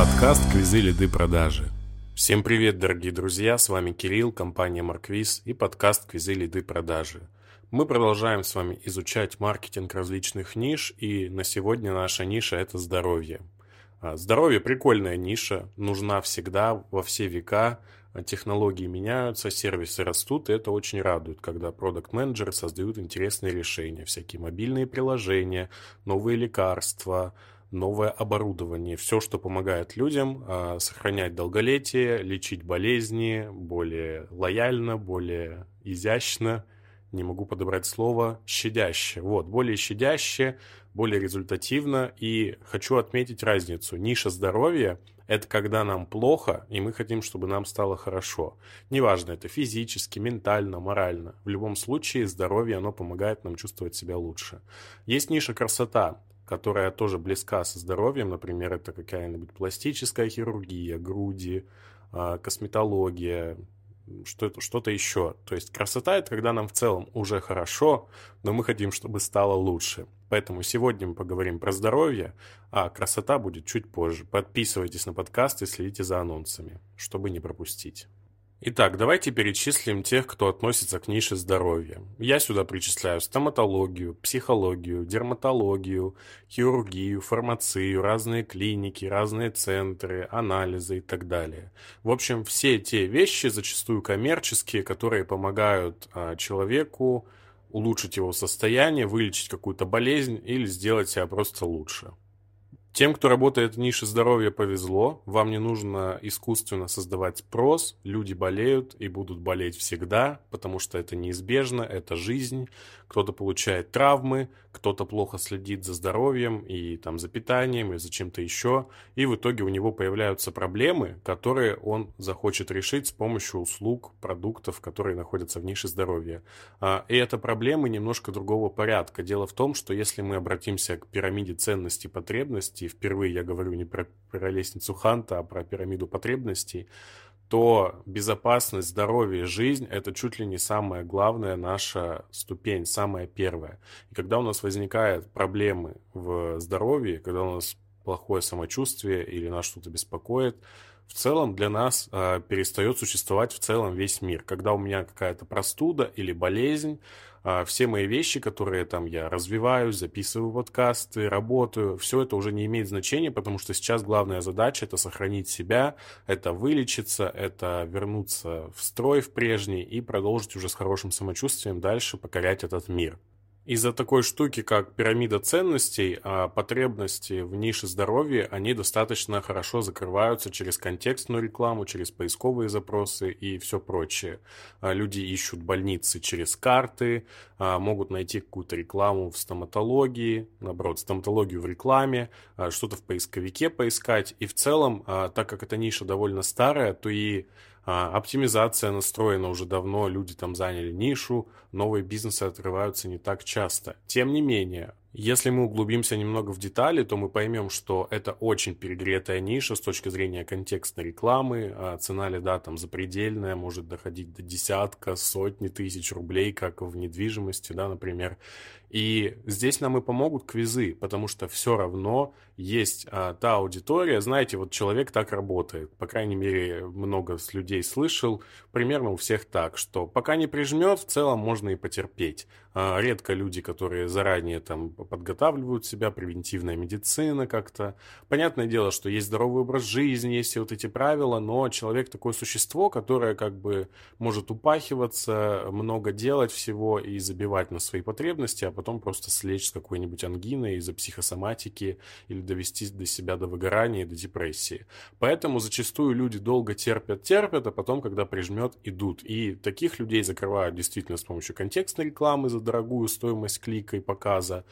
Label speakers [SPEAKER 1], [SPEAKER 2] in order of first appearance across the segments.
[SPEAKER 1] Подкаст «Квизы, лиды, продажи». Всем привет, дорогие друзья, с вами Кирилл, компания Марквиз и подкаст «Квизы, лиды, продажи». Мы продолжаем с вами изучать маркетинг различных ниш, и на сегодня наша ниша – это здоровье. Здоровье – прикольная ниша, нужна всегда, во все века. Технологии меняются, сервисы растут, и это очень радует, когда продакт-менеджеры создают интересные решения, всякие мобильные приложения, новые лекарства, новое оборудование, все, что помогает людям сохранять долголетие, лечить болезни более лояльно, более изящно, не могу подобрать слово, щадяще. Вот, более щадяще, более результативно. И хочу отметить разницу. Ниша здоровья – это когда нам плохо, и мы хотим, чтобы нам стало хорошо. Неважно, это физически, ментально, морально. В любом случае, здоровье, оно помогает нам чувствовать себя лучше. Есть ниша красота, которая тоже близка со здоровьем. Например, это какая-нибудь пластическая хирургия, груди, косметология, что-то еще. То есть красота – это когда нам в целом уже хорошо, но мы хотим, чтобы стало лучше. Поэтому сегодня мы поговорим про здоровье, а красота будет чуть позже. Подписывайтесь на подкаст и следите за анонсами, чтобы не пропустить. Итак, давайте перечислим тех, кто относится к нише здоровья. Я сюда причисляю стоматологию, психологию, дерматологию, хирургию, фармацию, разные клиники, разные центры, анализы и так далее. В общем, все те вещи, зачастую коммерческие, которые помогают человеку улучшить его состояние, вылечить какую-то болезнь или сделать себя просто лучше. Тем, кто работает в нише здоровья, повезло. Вам не нужно искусственно создавать спрос. Люди болеют и будут болеть всегда, потому что это неизбежно, это жизнь. Кто-то получает травмы, кто-то плохо следит за здоровьем и там за питанием, и за чем-то еще. И в итоге у него появляются проблемы, которые он захочет решить с помощью услуг, продуктов, которые находятся в нише здоровья. И это проблемы немножко другого порядка. Дело в том, что если мы обратимся к пирамиде ценностей и потребностей, впервые я говорю не про лестницу Ханта, а про пирамиду потребностей, то безопасность, здоровье, жизнь – это чуть ли не самая главная наша ступень, самая первая. И когда у нас возникают проблемы в здоровье, когда у нас плохое самочувствие или нас что-то беспокоит, в целом для нас перестает существовать в целом весь мир. Когда у меня какая-то простуда или болезнь, все мои вещи, которые там я развиваюсь, записываю подкасты, работаю, все это уже не имеет значения, потому что сейчас главная задача – это сохранить себя, это вылечиться, это вернуться в строй в прежний и продолжить уже с хорошим самочувствием дальше покорять этот мир. Из-за такой штуки, как пирамида ценностей, потребности в нише здоровья, они достаточно хорошо закрываются через контекстную рекламу, через поисковые запросы и все прочее. Люди ищут больницы через карты, могут найти какую-то рекламу в стоматологии, наоборот, стоматологию в рекламе, что-то в поисковике поискать. И в целом, так как эта ниша довольно старая, то и оптимизация настроена уже давно, люди там заняли нишу, новые бизнесы открываются не так часто. Тем не менее, если мы углубимся немного в детали, то мы поймем, что это очень перегретая ниша с точки зрения контекстной рекламы. Цена лида там запредельная, может доходить до десятка, сотни тысяч рублей, как в недвижимости, да, например. И здесь нам и помогут квизы, потому что все равно есть та аудитория, знаете, вот человек так работает, по крайней мере, много с людей слышал, примерно у всех так, что пока не прижмет, в целом можно и потерпеть. Редко люди, которые заранее там подготавливают себя, превентивная медицина как-то. Понятное дело, что есть здоровый образ жизни, есть все вот эти правила, но человек такое существо, которое как бы может упахиваться, много делать всего и забивать на свои потребности, а потом просто слечь с какой-нибудь ангиной из-за психосоматики или довести до себя до выгорания и до депрессии. Поэтому зачастую люди долго терпят, а потом, когда прижмет, идут. И таких людей закрывают действительно с помощью контекстной рекламы за дорогую стоимость клика и показа,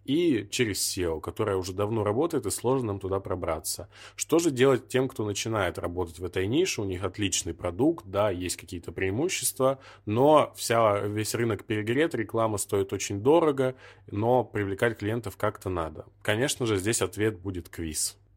[SPEAKER 1] и через SEO, которая уже давно работает, и сложно нам туда пробраться. Что же делать тем, кто начинает работать в этой нише? У них отличный продукт, да, есть какие-то преимущества, но весь рынок перегрет, реклама стоит очень дорого, но привлекать клиентов как-то надо. Конечно же, здесь ответ будет квиз.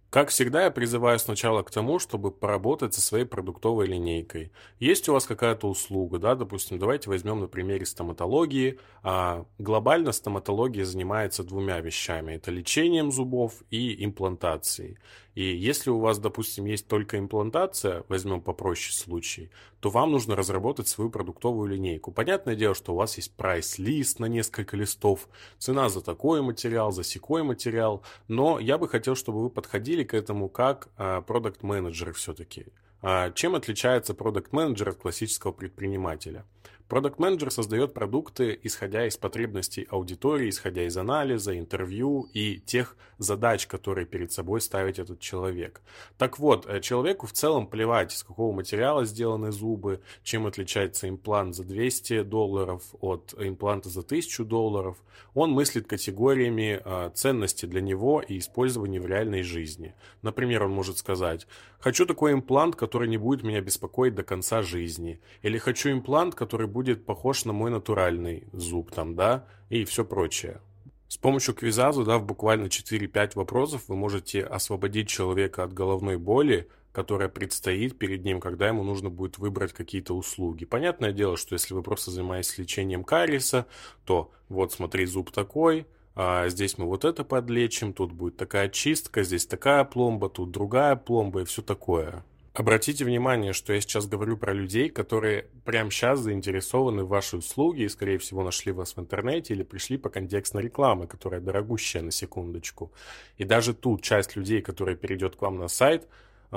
[SPEAKER 1] Как всегда, я призываю сначала к тому, чтобы поработать со своей продуктовой линейкой. Есть у вас какая-то услуга, да, допустим, давайте возьмем на примере стоматологии. Глобально стоматология занимается двумя вещами. Это лечением зубов и имплантацией. И если у вас, допустим, есть только имплантация, возьмем попроще случай, то вам нужно разработать свою продуктовую линейку. Понятное дело, что у вас есть прайс-лист на несколько листов, цена за такой материал, за сякой материал, но я бы хотел, чтобы вы подходили к этому как продакт-менеджеры все-таки. Чем отличается продакт-менеджер от классического предпринимателя? Продакт-менеджер создает продукты, исходя из потребностей аудитории, исходя из анализа, интервью и тех задач, которые перед собой ставит этот человек. Так вот, человеку в целом плевать, из какого материала сделаны зубы, чем отличается имплант за $200 от импланта за $1000. Он мыслит категориями ценности для него и использования в реальной жизни. Например, он может сказать: «Хочу такой имплант, который не будет меня беспокоить до конца жизни». Или «Хочу имплант, который будет похож на мой натуральный зуб», там, да, и все прочее. С помощью квизаза, да, в буквально 4-5 вопросов вы можете освободить человека от головной боли, которая предстоит перед ним, когда ему нужно будет выбрать какие-то услуги. Понятное дело, что если вы просто занимаетесь лечением кариеса, то вот смотри, зуб такой, здесь мы вот это подлечим, тут будет такая чистка, здесь такая пломба, тут другая пломба и все такое. Обратите внимание, что я сейчас говорю про людей, которые прямо сейчас заинтересованы в вашей услуге и, скорее всего, нашли вас в интернете или пришли по контекстной рекламе, которая дорогущая на секундочку. И даже тут часть людей, которая перейдет к вам на сайт,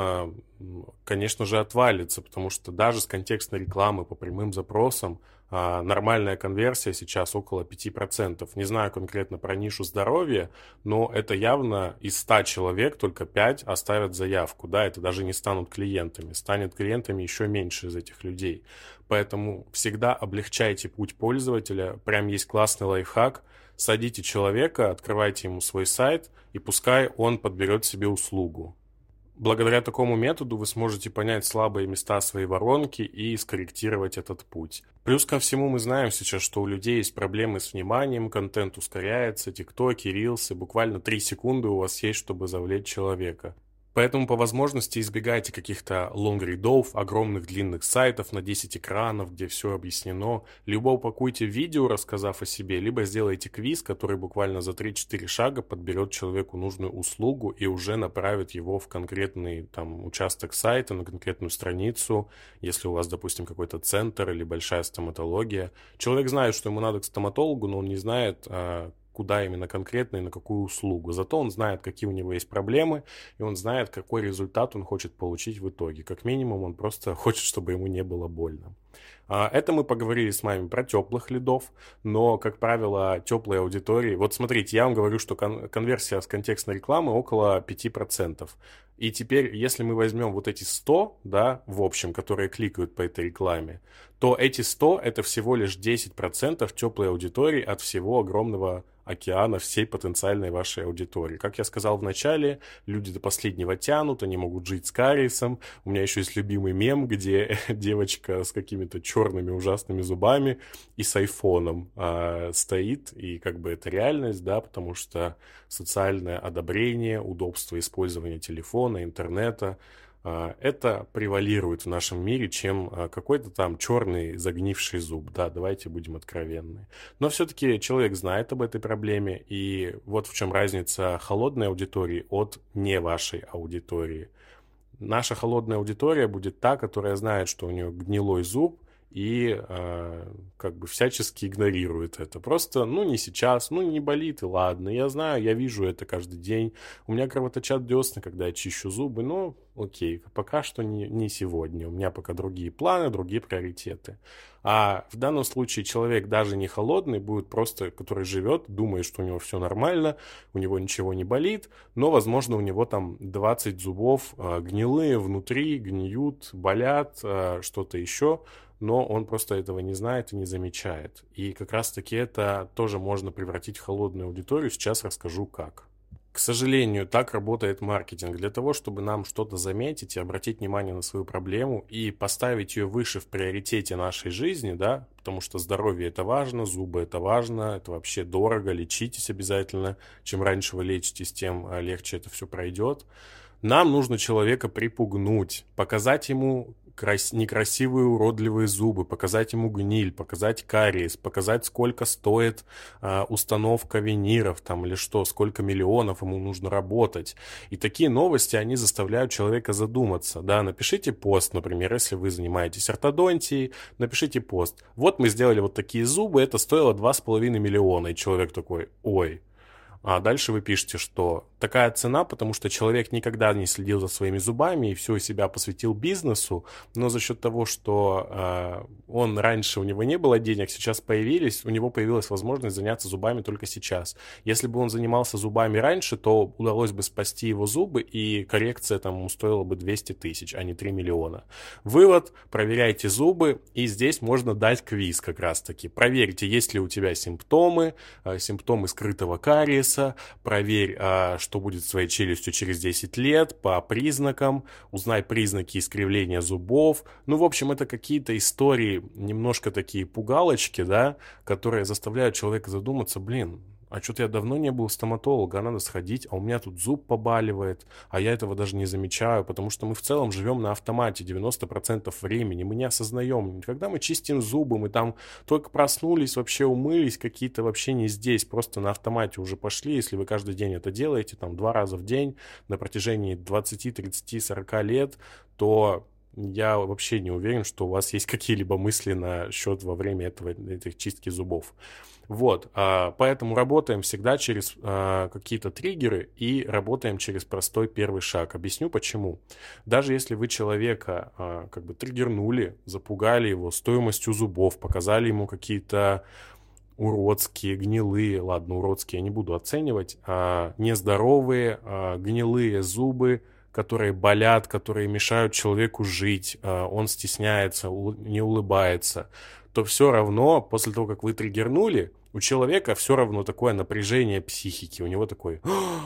[SPEAKER 1] конечно же, отвалится, потому что даже с контекстной рекламы по прямым запросам нормальная конверсия сейчас около 5%. Не знаю конкретно про нишу здоровья, но это явно из 100 человек только 5 оставят заявку. Да, это даже не станут клиентами. Станет клиентами еще меньше из этих людей. Поэтому всегда облегчайте путь пользователя. Прям есть классный лайфхак. Садите человека, открывайте ему свой сайт, и пускай он подберет себе услугу. Благодаря такому методу вы сможете понять слабые места своей воронки и скорректировать этот путь. Плюс ко всему мы знаем сейчас, что у людей есть проблемы с вниманием, контент ускоряется, тиктоки, рилсы, буквально 3 секунды у вас есть, чтобы завлечь человека. Поэтому по возможности избегайте каких-то лонгридов, огромных длинных сайтов на 10 экранов, где все объяснено. Либо упакуйте видео, рассказав о себе, либо сделайте квиз, который буквально за 3-4 шага подберет человеку нужную услугу и уже направит его в конкретный там участок сайта, на конкретную страницу. Если у вас, допустим, какой-то центр или большая стоматология. Человек знает, что ему надо к стоматологу, но он не знает, куда именно конкретно и на какую услугу. Зато он знает, какие у него есть проблемы, и он знает, какой результат он хочет получить в итоге. Как минимум, он просто хочет, чтобы ему не было больно. Это мы поговорили с вами про теплых лидов, но, как правило, теплые аудитории... Вот смотрите, я вам говорю, что конверсия с контекстной рекламы около 5%. И теперь, если мы возьмем вот эти 100, да, в общем, которые кликают по этой рекламе, то эти 100 это всего лишь 10% теплой аудитории от всего огромного океана всей потенциальной вашей аудитории. Как я сказал в начале, люди до последнего тянут, они могут жить с кариесом. У меня еще есть любимый мем, где девочка с какими-то черными ужасными зубами и с айфоном стоит, и как бы это реальность, да, потому что социальное одобрение, удобство использования телефона, интернета, это превалирует в нашем мире, чем какой-то там черный загнивший зуб, да, давайте будем откровенны. Но все-таки человек знает об этой проблеме, и вот в чем разница холодной аудитории от не вашей аудитории. Наша холодная аудитория будет та, которая знает, что у нее гнилой зуб, и как бы всячески игнорирует это. Просто, ну, не сейчас, ну, не болит, и ладно. Я знаю, я вижу это каждый день. У меня кровоточат десны, когда я чищу зубы, но окей, пока что не сегодня. У меня пока другие планы, другие приоритеты. А в данном случае человек даже не холодный, будет просто, который живет, думает, что у него все нормально, у него ничего не болит, но, возможно, у него там 20 зубов гнилые внутри, гниют, болят, что-то еще, но он просто этого не знает и не замечает. И как раз-таки это тоже можно превратить в холодную аудиторию. Сейчас расскажу как. К сожалению, так работает маркетинг. Для того, чтобы нам что-то заметить и обратить внимание на свою проблему и поставить ее выше в приоритете нашей жизни, да, потому что здоровье это важно, зубы это важно, это вообще дорого, лечитесь обязательно. Чем раньше вы лечитесь, тем легче это все пройдет. Нам нужно человека припугнуть, показать ему некрасивые уродливые зубы, показать ему гниль, показать кариес, показать, сколько стоит установка виниров там или что, сколько миллионов ему нужно работать. И такие новости, они заставляют человека задуматься. Да, напишите пост, например, если вы занимаетесь ортодонтией, напишите пост. Вот мы сделали вот такие зубы, это стоило 2,5 миллиона. И человек такой, ой. А дальше вы пишете, что такая цена, потому что человек никогда не следил за своими зубами и все себя посвятил бизнесу, но за счет того, что он раньше, у него не было денег, сейчас появились, у него появилась возможность заняться зубами только сейчас. Если бы он занимался зубами раньше, то удалось бы спасти его зубы, и коррекция там ему стоила бы 200 тысяч, а не 3 миллиона. Вывод: проверяйте зубы, и здесь можно дать квиз как раз-таки. Проверьте, есть ли у тебя симптомы скрытого кариеса, проверь, что будет с твоей челюстью через 10 лет по признакам, узнай признаки искривления зубов. Ну, в общем, это какие-то истории, немножко такие пугалочки, да, которые заставляют человека задуматься, блин, а что-то я давно не был у стоматолога, а надо сходить, а у меня тут зуб побаливает, а я этого даже не замечаю, потому что мы в целом живем на автомате 90% времени, мы не осознаем. Когда мы чистим зубы, мы там только проснулись, вообще умылись, какие-то вообще не здесь, просто на автомате уже пошли. Если вы каждый день это делаете, там 2 раза в день на протяжении 20, 30, 40 лет, то я вообще не уверен, что у вас есть какие-либо мысли на счет во время этой чистки зубов. Вот, поэтому работаем всегда через какие-то триггеры и работаем через простой первый шаг. Объясню почему. Даже если вы человека как бы триггернули, запугали его стоимостью зубов, показали ему какие-то уродские, гнилые, ладно, уродские я не буду оценивать, нездоровые, гнилые зубы, которые болят, которые мешают человеку жить, он стесняется, не улыбается, то все равно, после того, как вы триггернули, у человека все равно такое напряжение психики, у него такой...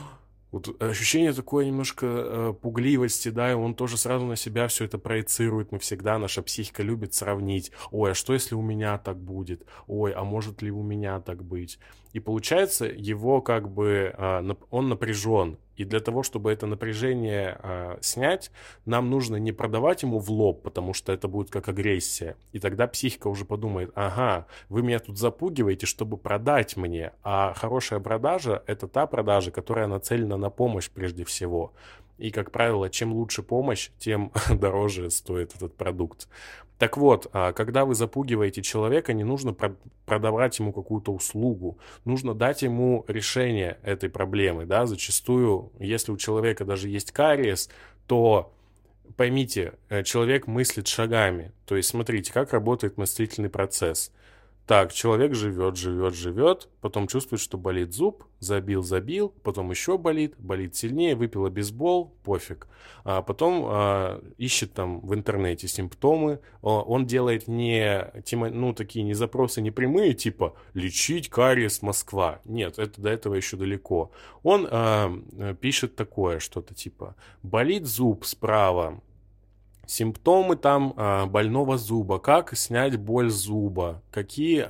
[SPEAKER 1] Вот ощущение такое немножко пугливости, да, и он тоже сразу на себя все это проецирует. Мы всегда, наша психика любит сравнить. Ой, а что если у меня так будет? Ой, а может ли у меня так быть? И получается, его как бы, он напряжен. И для того, чтобы это напряжение снять, нам нужно не продавать ему в лоб, потому что это будет как агрессия. И тогда психика уже подумает, ага, вы меня тут запугиваете, чтобы продать мне. А хорошая продажа – это та продажа, которая нацелена на помощь прежде всего. И, как правило, чем лучше помощь, тем дороже стоит этот продукт. Так вот, когда вы запугиваете человека, не нужно продавать ему какую-то услугу, нужно дать ему решение этой проблемы. Да? Зачастую, если у человека даже есть кариес, то поймите, человек мыслит шагами. То есть смотрите, как работает мыслительный процесс. Так, человек живет, потом чувствует, что болит зуб, забил, потом еще болит сильнее, выпил обезбол, пофиг. А потом ищет там в интернете симптомы, он делает такие не запросы не прямые, типа «лечить кариес Москва». Нет, это до этого еще далеко. Он пишет такое, что-то типа «болит зуб справа». Симптомы там больного зуба, как снять боль зуба, какие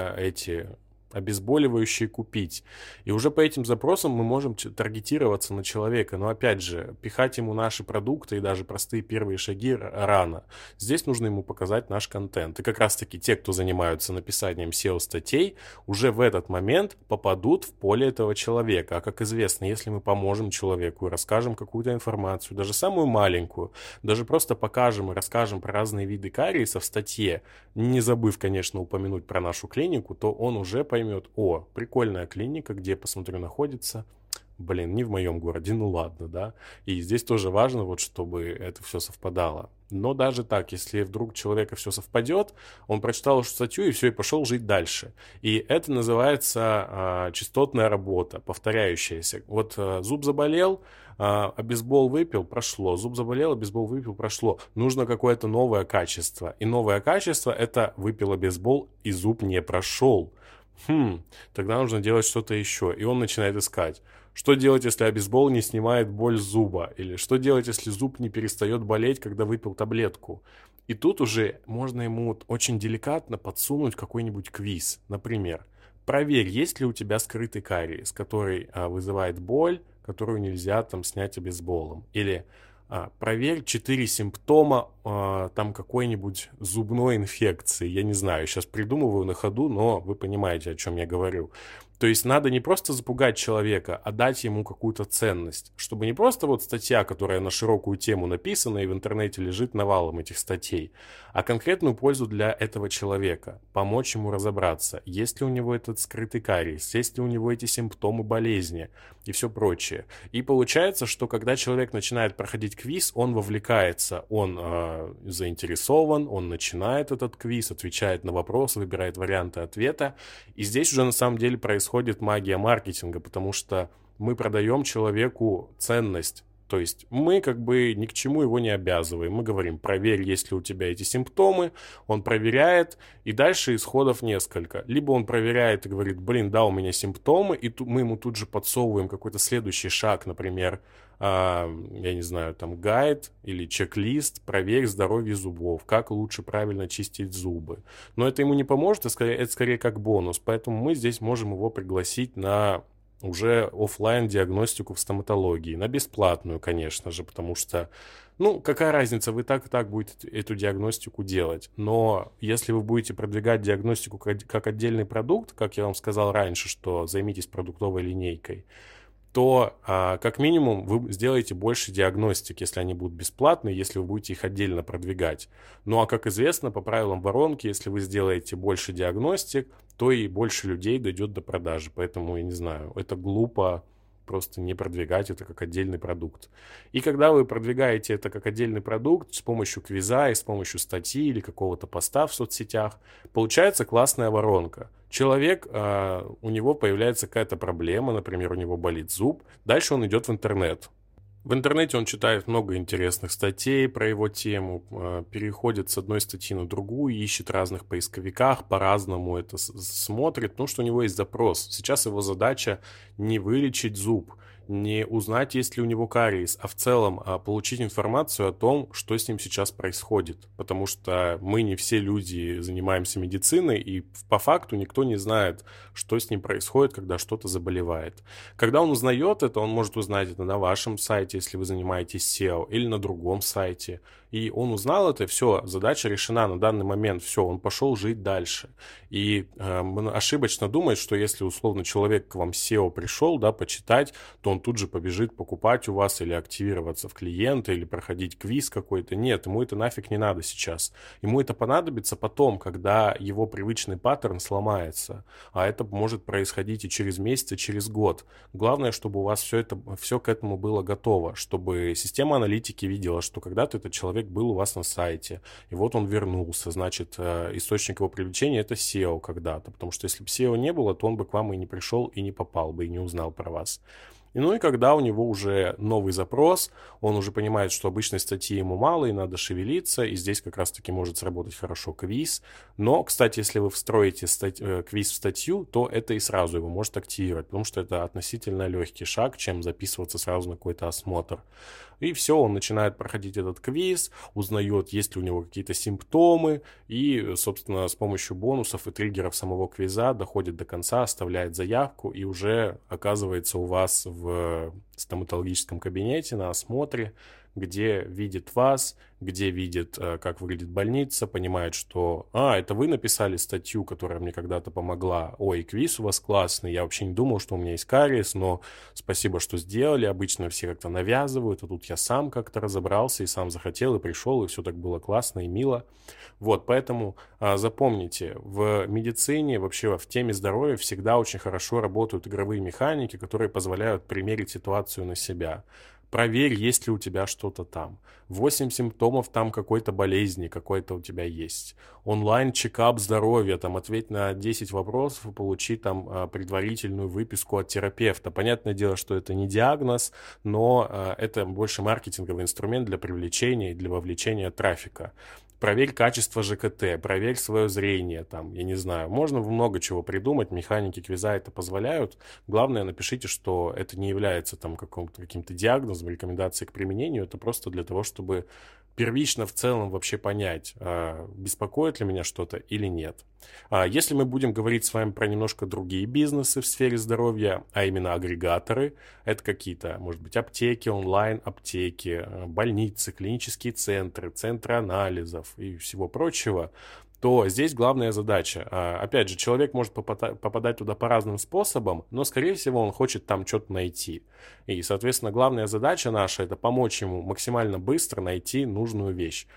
[SPEAKER 1] обезболивающие купить. И уже по этим запросам мы можем таргетироваться на человека. Но опять же, пихать ему наши продукты и даже простые первые шаги рано. Здесь нужно ему показать наш контент. И как раз таки те, кто занимаются написанием SEO-статей, уже в этот момент попадут в поле этого человека. А как известно, если мы поможем человеку и расскажем какую-то информацию, даже самую маленькую, даже просто покажем и расскажем про разные виды кариеса в статье, не забыв, конечно, упомянуть про нашу клинику, то он уже поймет, о, прикольная клиника, где, посмотрю, находится. Блин, не в моем городе, ну ладно, да. И здесь тоже важно, вот, чтобы это все совпадало. Но даже так, если вдруг у человека все совпадет, он прочитал эту статью и все, и пошел жить дальше. И это называется частотная работа, повторяющаяся. Вот зуб заболел, обезбол выпил, прошло. Зуб заболел, обезбол выпил, прошло. Нужно какое-то новое качество. И новое качество – это выпил обезбол, и зуб не прошел. Тогда нужно делать что-то еще. И он начинает искать. Что делать, если обезбол не снимает боль зуба? Или что делать, если зуб не перестает болеть, когда выпил таблетку? И тут уже можно ему очень деликатно подсунуть какой-нибудь квиз. Например, проверь, есть ли у тебя скрытый кариес, который вызывает боль, которую нельзя там снять обезболом. Или проверь 4 симптома там какой-нибудь зубной инфекции. Я не знаю, сейчас придумываю на ходу, но вы понимаете, о чем я говорю. То есть надо не просто запугать человека, а дать ему какую-то ценность. Чтобы не просто вот статья, которая на широкую тему написана и в интернете лежит навалом этих статей, а конкретную пользу для этого человека. Помочь ему разобраться, есть ли у него этот скрытый кариес, есть ли у него эти симптомы болезни и все прочее. И получается, что когда человек начинает проходить квиз, он вовлекается, он заинтересован, он начинает этот квиз, отвечает на вопросы, выбирает варианты ответа. И здесь уже на самом деле происходит магия маркетинга, потому что мы продаем человеку ценность. То есть мы как бы ни к чему его не обязываем. Мы говорим, проверь, есть ли у тебя эти симптомы. Он проверяет, и дальше исходов несколько. Либо он проверяет и говорит, блин, да, у меня симптомы, и мы ему тут же подсовываем какой-то следующий шаг, например, я не знаю, там гайд или чек-лист, проверь здоровье зубов, как лучше правильно чистить зубы. Но это ему не поможет, это скорее как бонус. Поэтому мы здесь можем его пригласить на уже оффлайн диагностику в стоматологии, на бесплатную, конечно же, потому что, ну, какая разница, вы так и так будете эту диагностику делать. Но если вы будете продвигать диагностику как отдельный продукт, как я вам сказал раньше, что займитесь продуктовой линейкой, то как минимум вы сделаете больше диагностик, если они будут бесплатные, если вы будете их отдельно продвигать. Ну а как известно, по правилам воронки, если вы сделаете больше диагностик, то и больше людей дойдет до продажи. Поэтому, я не знаю, это глупо просто не продвигать это как отдельный продукт. И когда вы продвигаете это как отдельный продукт с помощью квиза и с помощью статьи или какого-то поста в соцсетях, получается классная воронка. Человек, у него появляется какая-то проблема, например, у него болит зуб, дальше он идет в интернет. В интернете он читает много интересных статей про его тему, переходит с одной статьи на другую, ищет в разных поисковиках, по-разному это смотрит, потому что у него есть запрос. Сейчас его задача не вылечить зуб, не узнать, есть ли у него кариес, а в целом получить информацию о том, что с ним сейчас происходит. Потому что мы не все люди занимаемся медициной, и по факту никто не знает, что с ним происходит, когда что-то заболевает. Когда он узнает это, он может узнать это на вашем сайте, если вы занимаетесь SEO, или на другом сайте. И он узнал это, все, задача решена на данный момент, все, он пошел жить дальше. И ошибочно думать, что если условно человек к вам SEO пришел, да, почитать, то он тут же побежит покупать у вас или активироваться в клиента, или проходить квиз какой-то. Нет, ему это нафиг не надо сейчас. Ему это понадобится потом, когда его привычный паттерн сломается. А это может происходить и через месяц, и через год. Главное, чтобы у вас все к этому было готово, чтобы система аналитики видела, что когда-то этот человек был у вас на сайте, и вот он вернулся, значит, источник его привлечения — это SEO когда-то, потому что если бы SEO не было, то он бы к вам и не пришел, и не попал бы, и не узнал про вас. Ну и когда у него уже новый запрос, он уже понимает, что обычной статьи ему мало и надо шевелиться, и здесь как раз-таки может сработать хорошо квиз. Но, кстати, если вы встроите квиз в статью, то это и сразу его может активировать, потому что это относительно легкий шаг, чем записываться сразу на какой-то осмотр. И все, он начинает проходить этот квиз, узнает, есть ли у него какие-то симптомы, и, собственно, с помощью бонусов и триггеров самого квиза доходит до конца, оставляет заявку и уже оказывается у вас в стоматологическом кабинете на осмотре, где видит вас, где видит, как выглядит больница, понимает, что это вы написали статью, которая мне когда-то помогла. Ой, квиз у вас классный, я вообще не думал, что у меня есть кариес, но спасибо, что сделали. Обычно все как-то навязывают, а тут я сам как-то разобрался и сам захотел, и пришел, и все так было классно и мило. Вот, поэтому запомните, в медицине, вообще в теме здоровья всегда очень хорошо работают игровые механики, которые позволяют примерить ситуацию на себя. Проверь, есть ли у тебя что-то там. 8 симптомов там какой-то болезни, какой-то у тебя есть. Онлайн-чекап здоровья, там ответь на 10 вопросов и получи там предварительную выписку от терапевта. Понятное дело, что это не диагноз, но это больше маркетинговый инструмент для привлечения и для вовлечения трафика. Проверь качество ЖКТ, проверь свое зрение, там, я не знаю. Можно много чего придумать, механики квиза это позволяют. Главное, напишите, что это не является там каким-то диагнозом, рекомендацией к применению. Это просто для того, чтобы первично в целом вообще понять, беспокоит ли меня что-то или нет. Если мы будем говорить с вами про немножко другие бизнесы в сфере здоровья, а именно агрегаторы, это какие-то, может быть, аптеки, онлайн-аптеки, больницы, клинические центры, центры анализов и всего прочего, то здесь главная задача. Опять же, человек может попадать туда по разным способам, но, скорее всего, он хочет там что-то найти. И, соответственно, главная задача наша – это помочь ему максимально быстро найти нужную вещь.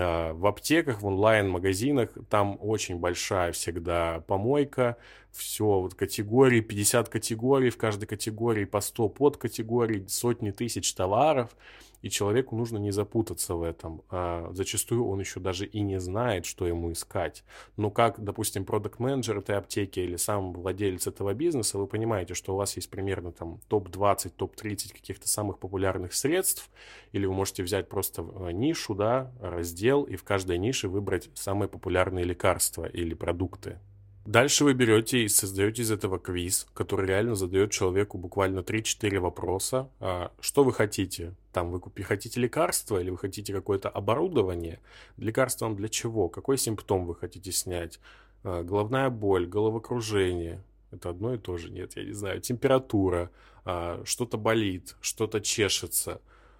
[SPEAKER 1] В аптеках, в онлайн-магазинах там очень большая всегда помойка, все вот категории, 50 категорий, в каждой категории по 100 подкатегорий, сотни тысяч товаров, и человеку нужно не запутаться в этом. Зачастую он еще даже и не знает, что ему искать. Но как, допустим, продакт-менеджер этой аптеки или сам владелец этого бизнеса, вы понимаете, что у вас есть примерно там топ-20, топ-30 каких-то самых популярных средств, или вы можете взять просто нишу, да, раздел, и в каждой нише выбрать самые популярные лекарства или продукты. Дальше вы берете и создаете из этого квиз, который реально задает человеку буквально 3-4 вопроса. Что вы хотите? Там вы хотите лекарство или вы хотите какое-то оборудование? Лекарство вам для чего? Какой симптом вы хотите снять? Головная боль, головокружение. Это одно и то же? Нет, я не знаю. Температура, что-то болит, что-то чешется.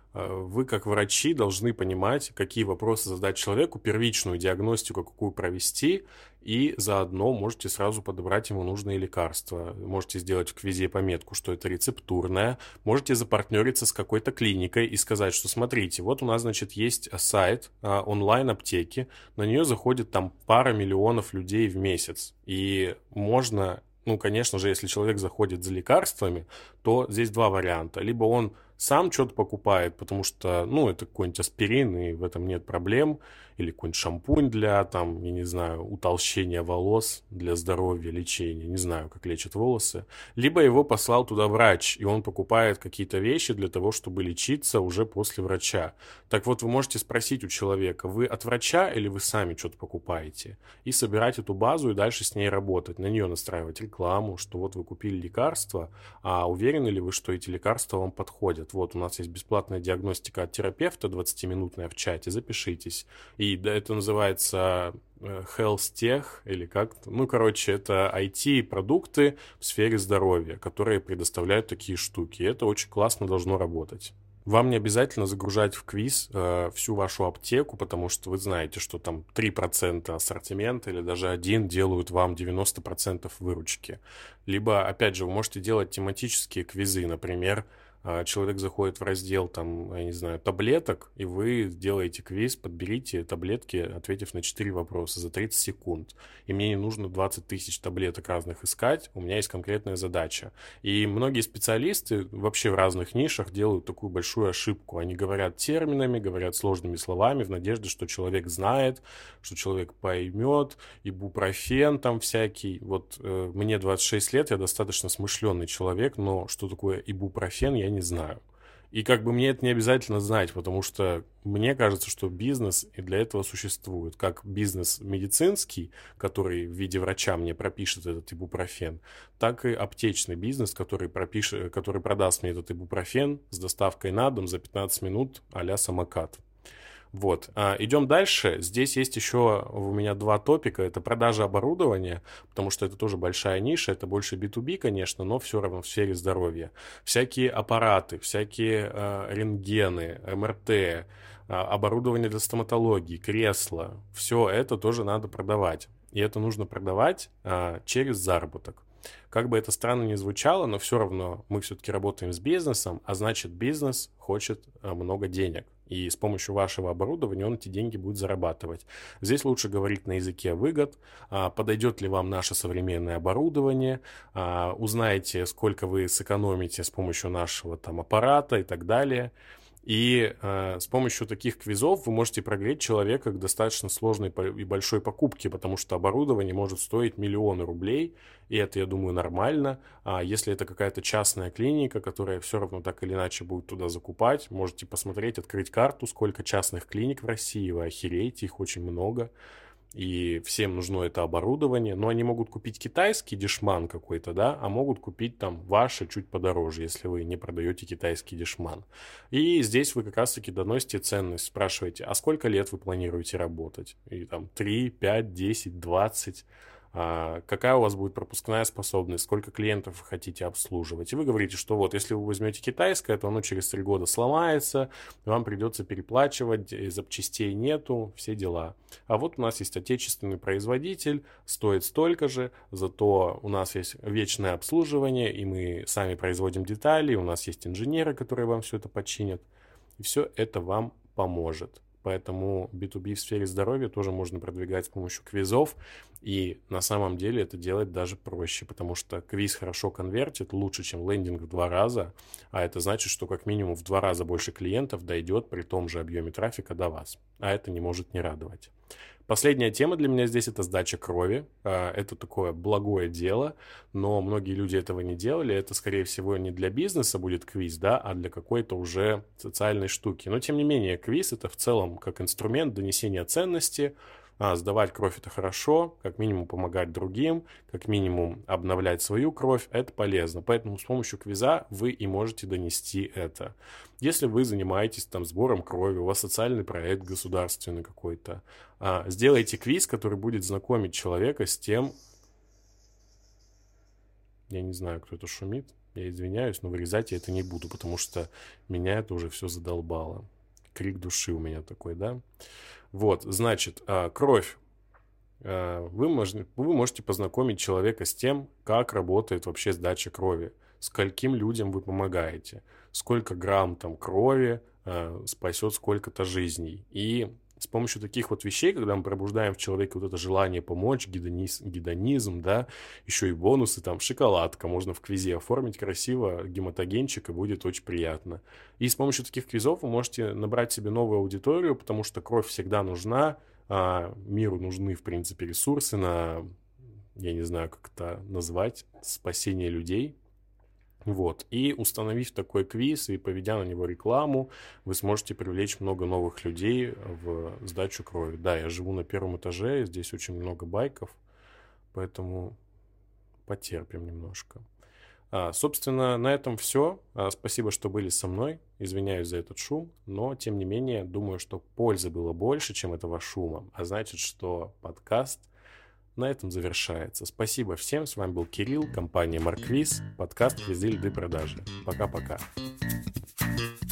[SPEAKER 1] Вы, как врачи, должны понимать, какие вопросы задать человеку, первичную диагностику какую провести, и заодно можете сразу подобрать ему нужные лекарства. Можете сделать в квизе пометку, что это рецептурное. Можете запартнериться с какой-то клиникой и сказать, что смотрите, вот у нас, значит, есть сайт онлайн-аптеки, на нее заходит там пара миллионов людей в месяц. И можно, ну, конечно же, если человек заходит за лекарствами, то здесь два варианта. Либо он сам что-то покупает, потому что, ну, это какой-нибудь аспирин, и в этом нет проблем, или какой-нибудь шампунь для, там, я не знаю, утолщения волос, для здоровья, лечения, не знаю, как лечат волосы. Либо его послал туда врач, и он покупает какие-то вещи для того, чтобы лечиться уже после врача. Так вот, вы можете спросить у человека, вы от врача или вы сами что-то покупаете? И собирать эту базу и дальше с ней работать, на нее настраивать рекламу, что вот вы купили лекарства, а уверены ли вы, что эти лекарства вам подходят? Вот, у нас есть бесплатная диагностика от терапевта, 20-минутная в чате, запишитесь. И да, это называется Health Tech, или как-то. Ну, короче, это IT-продукты в сфере здоровья, которые предоставляют такие штуки. И это очень классно должно работать. Вам не обязательно загружать в квиз всю вашу аптеку, потому что вы знаете, что там 3% ассортимента или даже один делают вам 90% выручки. Либо, опять же, вы можете делать тематические квизы, например, человек заходит в раздел, там, я не знаю, таблеток, и вы делаете квиз, подберите таблетки, ответив на 4 вопроса за 30 секунд. И мне не нужно 20 тысяч таблеток разных искать, у меня есть конкретная задача. И многие специалисты вообще в разных нишах делают такую большую ошибку. Они говорят терминами, говорят сложными словами в надежде, что человек знает, что человек поймет, ибупрофен там всякий. Вот мне 26 лет, я достаточно смышленый человек, но что такое ибупрофен, я не знаю. И как бы мне это не обязательно знать, потому что мне кажется, что бизнес и для этого существует. Как бизнес медицинский, который в виде врача мне пропишет этот ибупрофен, так и аптечный бизнес, который продаст мне этот ибупрофен с доставкой на дом за 15 минут а-ля самокат. Вот, идем дальше. Здесь есть еще у меня два топика. Это продажа оборудования, потому что это тоже большая ниша. Это больше B2B, конечно, но все равно в сфере здоровья. Всякие аппараты, всякие рентгены, МРТ, оборудование для стоматологии, кресла. Все это тоже надо продавать. И это нужно продавать через заработок. Как бы это странно ни звучало, но все равно мы все-таки работаем с бизнесом, а значит бизнес хочет много денег. И с помощью вашего оборудования он эти деньги будет зарабатывать. Здесь лучше говорить на языке выгод, подойдет ли вам наше современное оборудование, узнаете, сколько вы сэкономите с помощью нашего там аппарата и так далее. И с помощью таких квизов вы можете прогреть человека к достаточно сложной и большой покупке, потому что оборудование может стоить миллионы рублей, и это, я думаю, нормально. А если это какая-то частная клиника, которая все равно так или иначе будет туда закупать, можете посмотреть, открыть карту, сколько частных клиник в России, вы охереете, их очень много. И всем нужно это оборудование, но они могут купить китайский дешман какой-то, да, а могут купить там ваше чуть подороже, если вы не продаете китайский дешман. И здесь вы как раз-таки доносите ценность, спрашиваете, а сколько лет вы планируете работать? И там 3, 5, 10, 20. какая у вас будет пропускная способность, сколько клиентов вы хотите обслуживать. И вы говорите, что вот если вы возьмете китайское, то оно через 3 года сломается, вам придется переплачивать, запчастей нету, все дела. А вот у нас есть отечественный производитель, стоит столько же, зато у нас есть вечное обслуживание, и мы сами производим детали, у нас есть инженеры, которые вам все это починят, и все это вам поможет. Поэтому B2B в сфере здоровья тоже можно продвигать с помощью квизов, и на самом деле это делать даже проще, потому что квиз хорошо конвертит, лучше, чем лендинг в 2 раза, а это значит, что как минимум в 2 раза больше клиентов дойдет при том же объеме трафика до вас, а это не может не радовать. Последняя тема для меня здесь — это сдача крови. Это такое благое дело, но многие люди этого не делали. Это, скорее всего, не для бизнеса будет квиз, да, а для какой-то уже социальной штуки. Но, тем не менее, квиз — это в целом как инструмент донесения ценности. Сдавать кровь — это хорошо, как минимум помогать другим, как минимум обновлять свою кровь — это полезно. Поэтому с помощью квиза вы и можете донести это. Если вы занимаетесь там сбором крови, у вас социальный проект государственный какой-то, сделайте квиз, который будет знакомить человека с тем... Я не знаю, кто это шумит, я извиняюсь, но вырезать я это не буду, потому что меня это уже все задолбало. Крик души у меня такой, да? Вот, значит, кровь. Вы можете познакомить человека с тем, как работает вообще сдача крови, скольким людям вы помогаете, сколько грамм там крови спасет сколько-то жизней. И с помощью таких вот вещей, когда мы пробуждаем в человеке вот это желание помочь, гедонизм, да, еще и бонусы, там, шоколадка, можно в квизе оформить красиво, гематогенчик, и будет очень приятно. И с помощью таких квизов вы можете набрать себе новую аудиторию, потому что кровь всегда нужна, миру нужны, в принципе, ресурсы на, я не знаю, как это назвать, спасение людей. Вот. И установив такой квиз и поведя на него рекламу, вы сможете привлечь много новых людей в сдачу крови. Да, я живу на 1 этаже, здесь очень много байков, поэтому потерпим немножко. Собственно, на этом все. Спасибо, что были со мной. Извиняюсь за этот шум, но, тем не менее, думаю, что пользы было больше, чем этого шума. А значит, что подкаст на этом завершается. Спасибо всем. С вами был Кирилл, компания Марквиз, подкаст «Квизы, лиды, продажи». Пока-пока.